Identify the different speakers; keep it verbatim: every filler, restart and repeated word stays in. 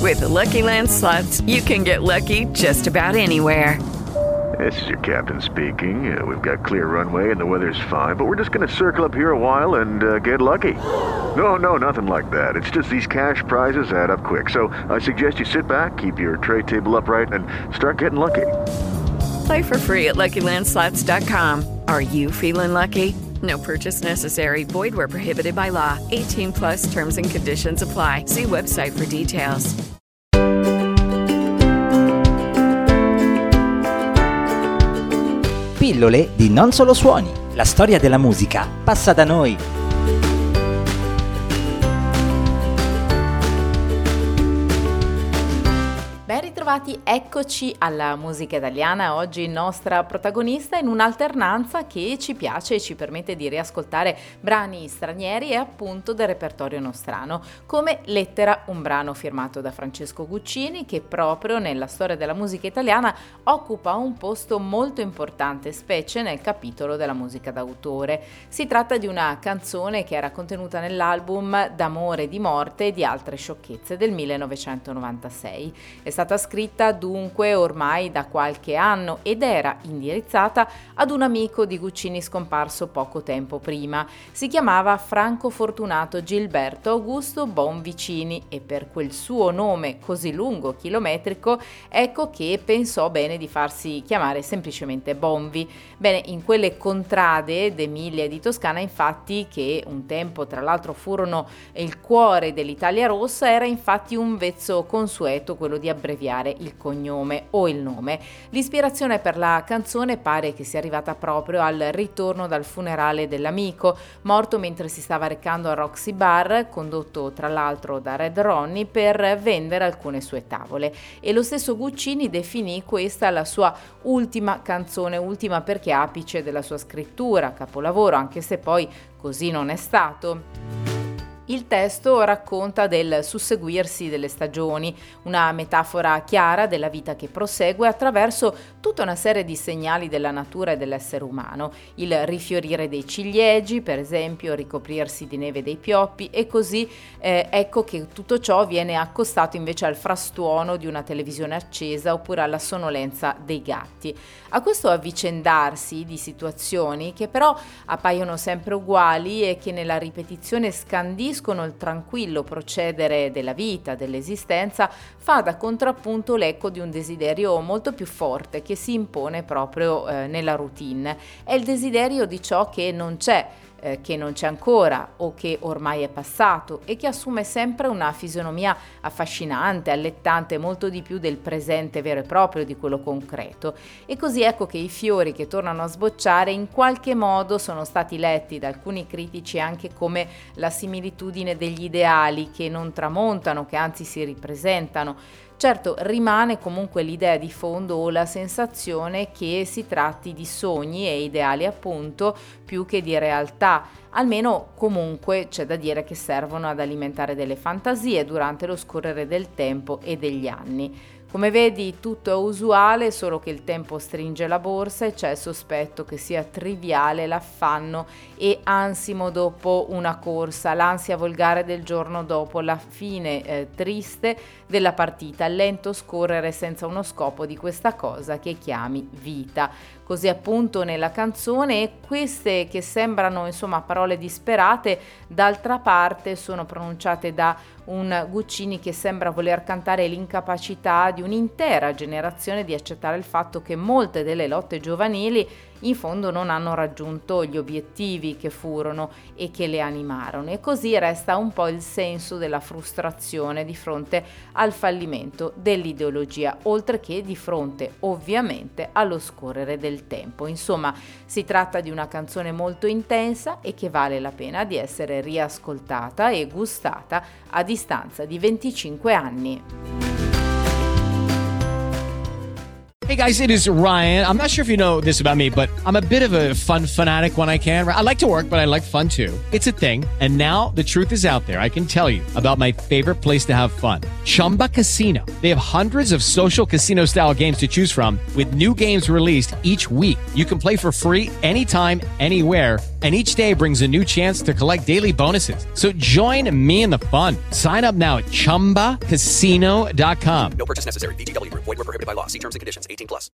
Speaker 1: With Lucky Land Slots, you can get lucky just about anywhere.
Speaker 2: This is your captain speaking. Uh, we've got clear runway and the weather's fine, but we're just going to circle up here a while and uh, get lucky. No, no, nothing like that. It's just these cash prizes add up quick. So I suggest you sit back, keep your tray table upright, and start getting lucky.
Speaker 1: Play for free at Lucky Land Slots dot com. Are you feeling lucky? No purchase necessary. Void where prohibited by law. eighteen plus terms and conditions apply. See website for details.
Speaker 3: Pillole di Non Solo Suoni. La storia della musica passa da noi.
Speaker 4: Ben ritrovati, eccoci alla musica italiana. Oggi nostra protagonista in un'alternanza che ci piace e ci permette di riascoltare brani stranieri e appunto del repertorio nostrano, come Lettera, un brano firmato da Francesco Guccini che proprio nella storia della musica italiana occupa un posto molto importante, specie nel capitolo della musica d'autore. Si tratta di una canzone che era contenuta nell'album D'amore, di morte e di altre sciocchezze del millenovecentonovantasei. È stata scritta dunque ormai da qualche anno ed era indirizzata ad un amico di Guccini scomparso poco tempo prima. Si chiamava Franco Fortunato Gilberto Augusto Bonvicini e per quel suo nome così lungo, chilometrico, ecco che pensò bene di farsi chiamare semplicemente Bonvi. Bene, in quelle contrade d'Emilia e di Toscana, infatti, che un tempo tra l'altro furono il cuore dell'Italia rossa, era infatti un vezzo consueto quello di abbreviare il cognome o il nome. L'ispirazione per la canzone pare che sia arrivata proprio al ritorno dal funerale dell'amico, morto mentre si stava recando al Roxy Bar, condotto tra l'altro da Red Ronnie, per vendere alcune sue tavole. E lo stesso Guccini definì questa la sua ultima canzone, ultima perché apice della sua scrittura, capolavoro, anche se poi così non è stato. Il testo racconta del susseguirsi delle stagioni, una metafora chiara della vita che prosegue attraverso tutta una serie di segnali della natura e dell'essere umano. Il rifiorire dei ciliegi, per esempio, ricoprirsi di neve dei pioppi e così eh, ecco che tutto ciò viene accostato invece al frastuono di una televisione accesa oppure alla sonnolenza dei gatti. A questo avvicendarsi di situazioni che però appaiono sempre uguali e che nella ripetizione scandiscono il tranquillo procedere della vita, dell'esistenza, fa da contrappunto l'eco di un desiderio molto più forte che si impone proprio eh, nella routine. È il desiderio di ciò che non c'è, eh, che non c'è ancora o che ormai è passato e che assume sempre una fisionomia affascinante, allettante, molto di più del presente vero e proprio, di quello concreto. E così ecco che i fiori che tornano a sbocciare in qualche modo sono stati letti da alcuni critici anche come la similitudine degli ideali che non tramontano, che anzi si ripresentano. Certo, rimane comunque l'idea di fondo o la sensazione che si tratti di sogni e ideali appunto più che di realtà. Almeno comunque c'è da dire che servono ad alimentare delle fantasie durante lo scorrere del tempo e degli anni. Come vedi, tutto è usuale, solo che il tempo stringe la borsa e c'è il sospetto che sia triviale l'affanno e ansimo dopo una corsa, l'ansia volgare del giorno dopo, la fine eh, triste della partita, il lento scorrere senza uno scopo di questa cosa che chiami vita. Così appunto nella canzone, e queste che sembrano insomma parole disperate, d'altra parte sono pronunciate da un Guccini che sembra voler cantare l'incapacità di un'intera generazione di accettare il fatto che molte delle lotte giovanili in fondo non hanno raggiunto gli obiettivi che furono e che le animarono, e così resta un po' il senso della frustrazione di fronte al fallimento dell'ideologia, oltre che di fronte ovviamente allo scorrere del tempo. Insomma, si tratta di una canzone molto intensa e che vale la pena di essere riascoltata e gustata a distanza di venticinque anni.
Speaker 5: Hey guys, it is Ryan. I'm not sure if you know this about me, but I'm a bit of a fun fanatic when I can. I like to work, but I like fun too. It's a thing. And now the truth is out there. I can tell you about my favorite place to have fun. Chumba Casino. They have hundreds of social casino style games to choose from with new games released each week. You can play for free anytime, anywhere. And each day brings a new chance to collect daily bonuses. So join me in the fun. Sign up now at chumba casino dot com.
Speaker 6: No purchase necessary. V G W Group. Void where prohibited by law. See terms and conditions. eighteen plus.